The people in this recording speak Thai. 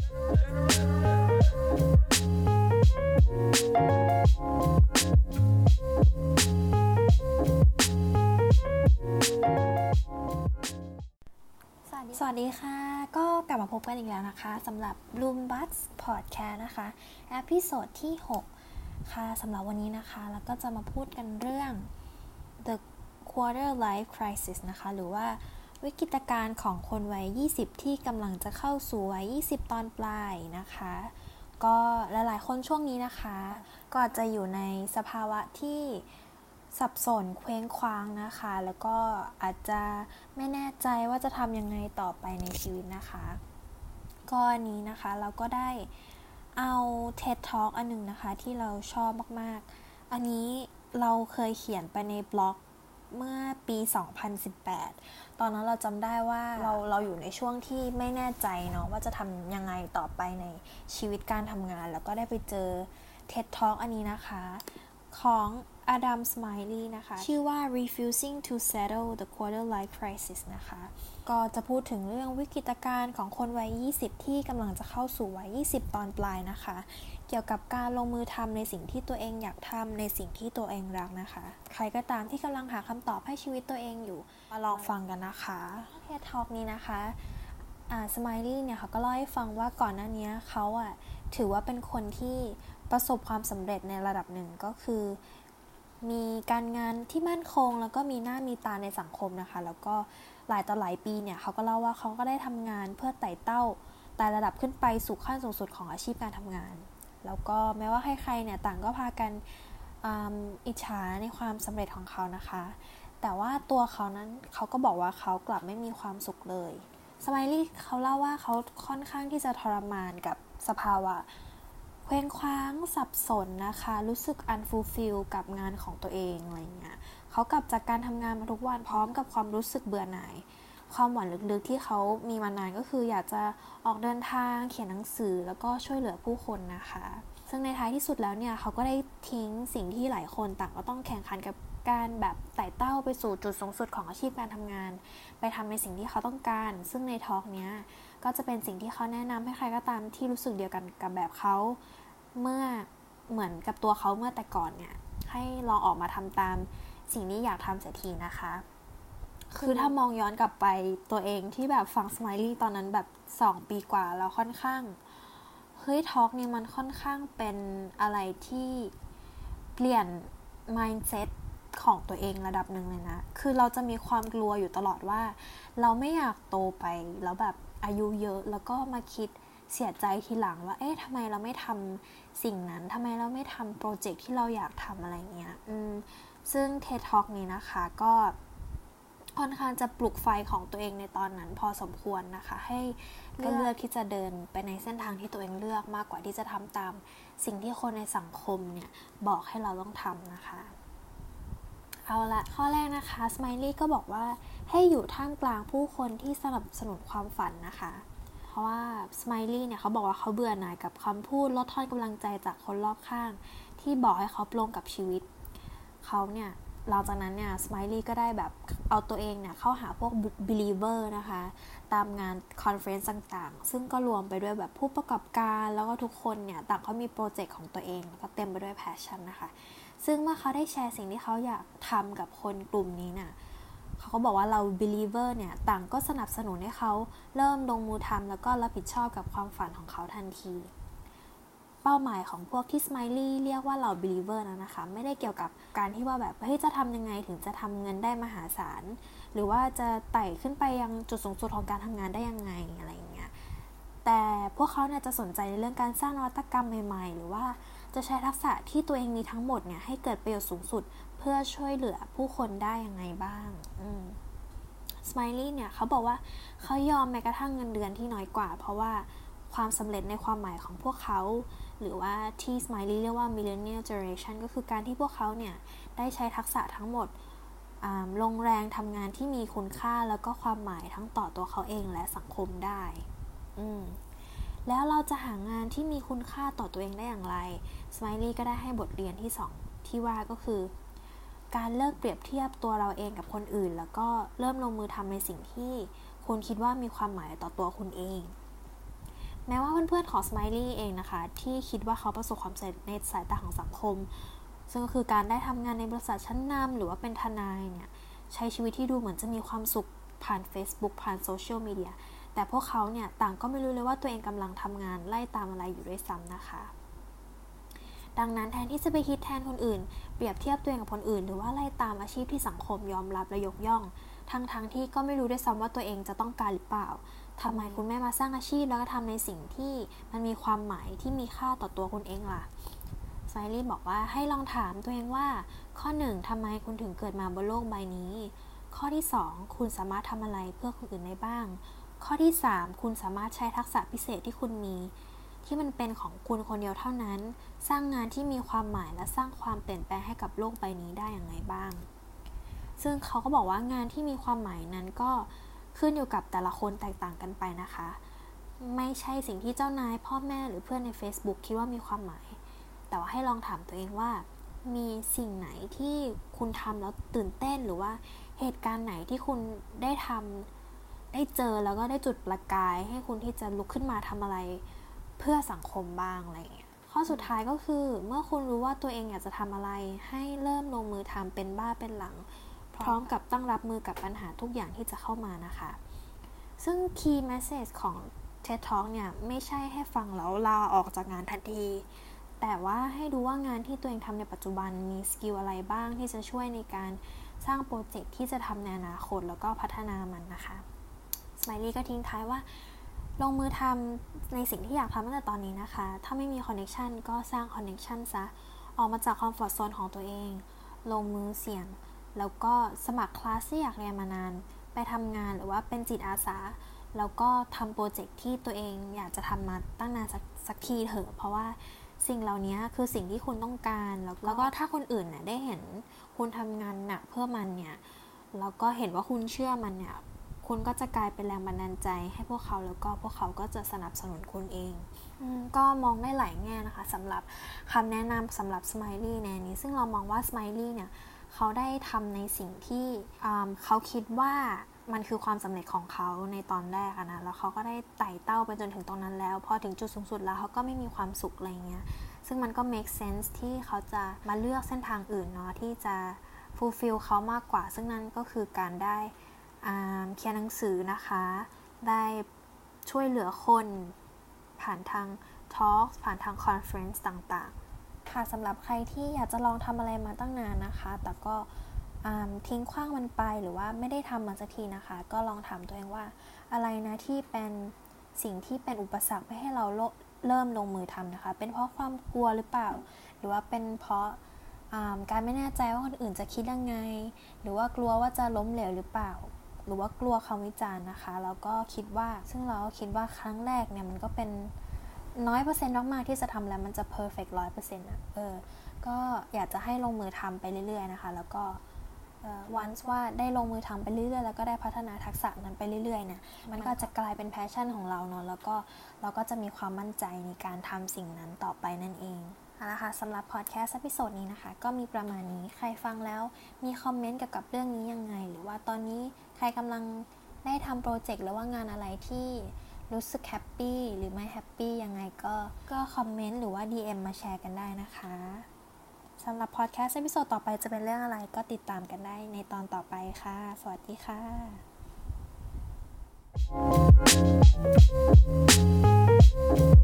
สวัสดีค่ะก็กลับมาพบกันอีกแล้วนะคะสำหรับ Bloom Buds Podcast นะคะเอพิโซดที่6ค่ะสำหรับวันนี้นะคะแล้วก็จะมาพูดกันเรื่อง The Quarter Life Crisis นะคะหรือว่าวิกฤตการณ์ของคนวัย20ที่กำลังจะเข้าสู่วัย20ตอนปลายนะคะก็หลายๆคนช่วงนี้นะคะก็อาจจะอยู่ในสภาวะที่สับสนเคว้งคว้างนะคะแล้วก็อาจจะไม่แน่ใจว่าจะทำยังไงต่อไปในชีวิตนะคะก็อันนี้นะคะเราก็ได้เอา TED Talk อันนึงนะคะที่เราชอบมากๆอันนี้เราเคยเขียนไปในบล็อกเมื่อปี 2018 ตอนนั้นเราจำได้ว่าเราอยู่ในช่วงที่ไม่แน่ใจเนาะว่าจะทำยังไงต่อไปในชีวิตการทำงานแล้วก็ได้ไปเจอ TED Talk อันนี้นะคะของอดัม สไมลี่นะคะชื่อว่า Refusing to Settle the Quarter Life Crisis นะคะก็จะพูดถึงเรื่องวิกฤตการณ์ของคนวัย20ที่กำลังจะเข้าสู่วัย20ตอนปลายนะคะเกี่ยวกับการลงมือทำในสิ่งที่ตัวเองอยากทำในสิ่งที่ตัวเองรักนะคะใครก็ตามที่กำลังหาคำตอบให้ชีวิตตัวเองอยู่มาลองฟังกันนะคะTED Talk นี้นะคะสไมลี่เนี่ยเขาก็เล่าให้ฟังว่าก่อนหน้านี้เขาถือว่าเป็นคนที่ประสบความสำเร็จในระดับหนึ่งก็คือมีการงานที่มั่นคงแล้วก็มีหน้ามีตาในสังคมนะคะแล้วก็หลายต่อหลายปีเนี่ยเขาก็เล่าว่าเขาก็ได้ทำงานเพื่อไต่ระดับขึ้นไปสู่ขั้นสูงสุดของอาชีพการทำงานแล้วก็แม้ว่าใครๆเนี่ยต่างก็พากันอิจฉาในความสำเร็จของเขานะคะแต่ว่าตัวเขานั้นเขาก็บอกว่าเขากลับไม่มีความสุขเลยสไมลี่เขาเล่าว่าเขาค่อนข้างที่จะทรมานกับสภาวะเคว้งคว้างสับสนนะคะรู้สึก unfulfill กับงานของตัวเองอะไรเงี้ยเขากลับจากการทำงานมาทุกวันพร้อมกับความรู้สึกเบื่อหน่ายความหวังลึกๆที่เขามีมานานก็คืออยากจะออกเดินทางเขียนหนังสือแล้วก็ช่วยเหลือผู้คนนะคะซึ่งในท้ายที่สุดแล้วเนี่ยเขาก็ได้ทิ้งสิ่งที่หลายคนต่างก็ต้องแข่งขันกับการแบบไต่เต้าไปสู่จุดสูงสุดของอาชีพการทำงานไปทำในสิ่งที่เขาต้องการซึ่งในทอล์กเนี้ยก็จะเป็นสิ่งที่เขาแนะนำให้ใครก็ตามที่รู้สึกเดียวกันกับแบบเขาเมื่อเหมือนกับตัวเขาเมื่อแต่ก่อนเนี่ยให้ลองออกมาทำตามสิ่งที่อยากทำเสียทีนะคะคือถ้ามองย้อนกลับไปตัวเองที่แบบฟังสไมลี่ตอนนั้นแบบ2ปีกว่าแล้วค่อนข้างเฮ้ยทอล์กนี่มันค่อนข้างเป็นอะไรที่เปลี่ยน mindset ของตัวเองระดับหนึ่งเลยนะคือเราจะมีความกลัวอยู่ตลอดว่าเราไม่อยากโตไปแล้วแบบอายุเยอะแล้วก็มาคิดเสียใจทีหลังว่าเอ๊ะทำไมเราไม่ทำสิ่งนั้นทำไมเราไม่ทำโปรเจกต์ที่เราอยากทำอะไรเงี้ยซึ่ง TED Talk นี้นะคะก็ค่อนข้างจะปลุกไฟของตัวเองในตอนนั้นพอสมควรนะคะให้เลือกที่จะเดินไปในเส้นทางที่ตัวเองเลือกมากกว่าที่จะทำตามสิ่งที่คนในสังคมเนี่ยบอกให้เราต้องทำนะคะเอาละข้อแรกนะคะสไมลี่ก็บอกว่าให้อยู่ท่ามกลางผู้คนที่สนับสนุนความฝันนะคะเพราะว่าสไมลี่เนี่ยเขาบอกว่าเขาเบื่อหน่ายกับคำพูดลดทอนกำลังใจจากคนรอบข้างที่บอกให้เขาปลงกับชีวิตเขาเนี่ยหลังจากนั้นเนี่ยสไมลี่ก็ได้แบบเอาตัวเองเนี่ยเข้าหาพวก believer นะคะตามงานคอนเฟรนซ์ต่างๆซึ่งก็รวมไปด้วยแบบผู้ประกอบการแล้วก็ทุกคนเนี่ยต่างเขามีโปรเจกต์ของตัวเองก็เต็มไปด้วยแพชชั่นนะคะซึ่งเมื่อเขาได้แชร์สิ่งที่เขาอยากทำกับคนกลุ่มนี้น่ะเขาก็บอกว่าเรา believer เนี่ยต่างก็สนับสนุนให้เขาเริ่มลงมือทำแล้วก็รับผิดชอบกับความฝันของเขาทันทีเป้าหมายของพวกที่ Smiley เรียกว่าเรา believer นะคะไม่ได้เกี่ยวกับการที่ว่าแบบเฮ้ยจะทำยังไงถึงจะทำเงินได้มหาศาลหรือว่าจะไต่ขึ้นไปยังจุดสูงสุดของการทำงานได้ยังไงอะไรอย่างเงี้ยแต่พวกเขาเนี่ยจะสนใจในเรื่องการสร้างนวัตกรรมใหม่ๆหรือว่าจะใช้ทักษะที่ตัวเองมีทั้งหมดเนี่ยให้เกิดประโยชน์สูงสุดเพื่อช่วยเหลือผู้คนได้ยังไงบ้างสไมลี่เนี่ยเขาบอกว่าเขายอมแม้กระทั่งเงินเดือนที่น้อยกว่าเพราะว่าความสำเร็จในความหมายของพวกเขาหรือว่าที่ Smiley เรียกว่า Millennial Generation ก็คือการที่พวกเขาเนี่ยได้ใช้ทักษะทั้งหมดลงแรงทำงานที่มีคุณค่าแล้วก็ความหมายทั้งต่อตัวเขาเองและสังคมได้แล้วเราจะหางานที่มีคุณค่าต่อตัวเองได้อย่างไร Smiley ก็ได้ให้บทเรียนที่2ที่ว่าก็คือการเลิกเปรียบเทียบตัวเราเองกับคนอื่นแล้วก็เริ่มลงมือทำในสิ่งที่คุณคิดว่ามีความหมายต่อตัวคุณเองแม้ว่าเพื่อนๆของสไมลี่เองนะคะที่คิดว่าเขาประสบความสำเร็จในสายตาของสังคมซึ่งก็คือการได้ทำงานในบริษัทชั้นนำหรือว่าเป็นทนายเนี่ยใช้ชีวิตที่ดูเหมือนจะมีความสุขผ่าน Facebook ผ่านโซเชียลมีเดียแต่พวกเขาเนี่ยต่างก็ไม่รู้เลยว่าตัวเองกำลังทำงานไล่ตามอะไรอยู่ด้วยซ้ำนะคะดังนั้นแทนที่จะไปคิดแทนคนอื่นเปรียบเทียบตัวเองกับคนอื่นหรือว่าไล่ตามอาชีพที่สังคมยอมรับและยกย่องทั้งที่ก็ไม่รู้ด้วยซ้ำว่าตัวเองจะต้องการหรือเปล่าทำไมคุณแม่มาสร้างอาชีพแล้วก็ทำในสิ่งที่มันมีความหมายที่มีค่าต่อตัวคุณเองล่ะไซลี่บอกว่าให้ลองถามตัวเองว่าข้อ 1 ทำไมคุณถึงเกิดมาบนโลกใบนี้ข้อที่ 2 คุณสามารถทำอะไรเพื่อคนอื่นได้บ้างข้อที่ 3 คุณสามารถใช้ทักษะพิเศษที่คุณมีที่มันเป็นของคุณคนเดียวเท่านั้นสร้างงานที่มีความหมายและสร้างความเปลี่ยนแปลงให้กับโลกใบนี้ได้อย่างไรบ้างซึ่งเขาก็บอกว่างานที่มีความหมายนั้นก็ขึ้นอยู่กับแต่ละคนแตกต่างกันไปนะคะไม่ใช่สิ่งที่เจ้านายพ่อแม่หรือเพื่อนใน Facebook คิดว่ามีความหมายแต่ว่าให้ลองถามตัวเองว่ามีสิ่งไหนที่คุณทำแล้วตื่นเต้นหรือว่าเหตุการณ์ไหนที่คุณได้ทำได้เจอแล้วก็ได้จุดประกายให้คุณที่จะลุกขึ้นมาทำอะไรเพื่อสังคมบ้างอะไรอย่างเงี้ยข้อสุดท้ายก็คือเมื่อคุณรู้ว่าตัวเองอยากจะทำอะไรให้เริ่มลงมือทำเป็นบ้าเป็นหลังพร้อมกับตั้งรับมือกับปัญหาทุกอย่างที่จะเข้ามานะคะซึ่ง key message ของ TED Talk เนี่ยไม่ใช่ให้ฟังแล้วลาออกจากงานทันทีแต่ว่าให้ดูว่างานที่ตัวเองทำในปัจจุบันมีสกิลอะไรบ้างที่จะช่วยในการสร้างโปรเจกต์ที่จะทำในอนาคตแล้วก็พัฒนามันนะคะสไมลี่ก็ทิ้งท้ายว่าลงมือทำในสิ่งที่อยากทำตั้งแต่ตอนนี้นะคะถ้าไม่มีคอนเนคชันก็สร้างคอนเนคชันซะออกมาจากคอมฟอร์ตโซนของตัวเองลงมือเสี่ยงแล้วก็สมัครคลาสที่อยากเรียนมานานไปทำงานหรือว่าเป็นจิตอาสาแล้วก็ทำโปรเจกต์ที่ตัวเองอยากจะทำมาตั้งนานสักทีเถอะเพราะว่าสิ่งเหล่านี้คือสิ่งที่คุณต้องการแล้วก็ถ้าคนอื่นเนี่ยได้เห็นคุณทำงานหนักเพื่อมันเนี่ยแล้วก็เห็นว่าคุณเชื่อมันเนี่ยคุณก็จะกลายเป็นแรงบันดาลใจให้พวกเขาแล้วก็พวกเขาก็จะสนับสนุนคุณเองก็มองได้หลายแง่นะคะสำหรับคำแนะนำสำหรับสไมลี่ในนี้ซึ่งเรามองว่าสไมลี่เนี่ยเขาได้ทำในสิ่งที่เขาคิดว่ามันคือความสำเร็จของเขาในตอนแรกนะแล้วเขาก็ได้ไต่เต้าไปจนถึงตรงนั้นแล้วพอถึงจุดสูงสุดแล้วเขาก็ไม่มีความสุขอะไรเงี้ยซึ่งมันก็ make sense ที่เขาจะมาเลือกเส้นทางอื่นเนาะที่จะ fulfill เขามากกว่าซึ่งนั่นก็คือการได้เขียนหนังสือนะคะได้ช่วยเหลือคนผ่านทาง talk ผ่านทาง conference ต่างๆค่ะสำหรับใครที่อยากจะลองทำอะไรมาตั้งนานนะคะแต่ก็ทิ้งขว้างมันไปหรือว่าไม่ได้ทำมันสักทีนะคะก็ลองถามตัวเองว่าอะไรนะที่เป็นสิ่งที่เป็นอุปสรรคไม่ให้เราเริ่มลงมือทำนะคะเป็นเพราะความกลัวหรือเปล่าหรือว่าเป็นเพราะการไม่แน่ใจว่าคนอื่นจะคิดยังไงหรือว่ากลัวว่าจะล้มเหลวหรือเปล่าหรือว่ากลัวคำวิจารณ์นะคะแล้วก็คิดว่าซึ่งเราก็คิดว่าครั้งแรกเนี่ยมันก็เป็นน้อยเปอร์เซ็นต์มากๆที่จะทำแล้วมันจะ perfect 100% นะก็อยากจะให้ลงมือทำไปเรื่อยๆนะคะแล้วก็once ว่าได้ลงมือทำไปเรื่อยๆแล้วก็ได้พัฒนาทักษะนั้นไปเรื่อยๆเนี่ยมันก็จะกลายเป็นแพชชั่นของเราเนาะแล้วก็เราก็จะมีความมั่นใจในการทำสิ่งนั้นต่อไปนั่นเองเอาละค่ะสำหรับพอดแคสต์เอพิโซดนี้นะคะก็มีประมาณนี้ใครฟังแล้วมีคอมเมนต์เกี่ยวกับเรื่องนี้ยังไงหรือว่าตอนนี้ใครกำลังได้ทำโปรเจกต์หรือว่างานอะไรที่รู้สึกแฮปปี้หรือไม่แฮปปี้ยังไงก็คอมเมนต์หรือว่า DM มาแชร์กันได้นะคะสำหรับพอดแคสต์เอพิโซดต่อไปจะเป็นเรื่องอะไรก็ติดตามกันได้ในตอนต่อไปค่ะสวัสดีค่ะ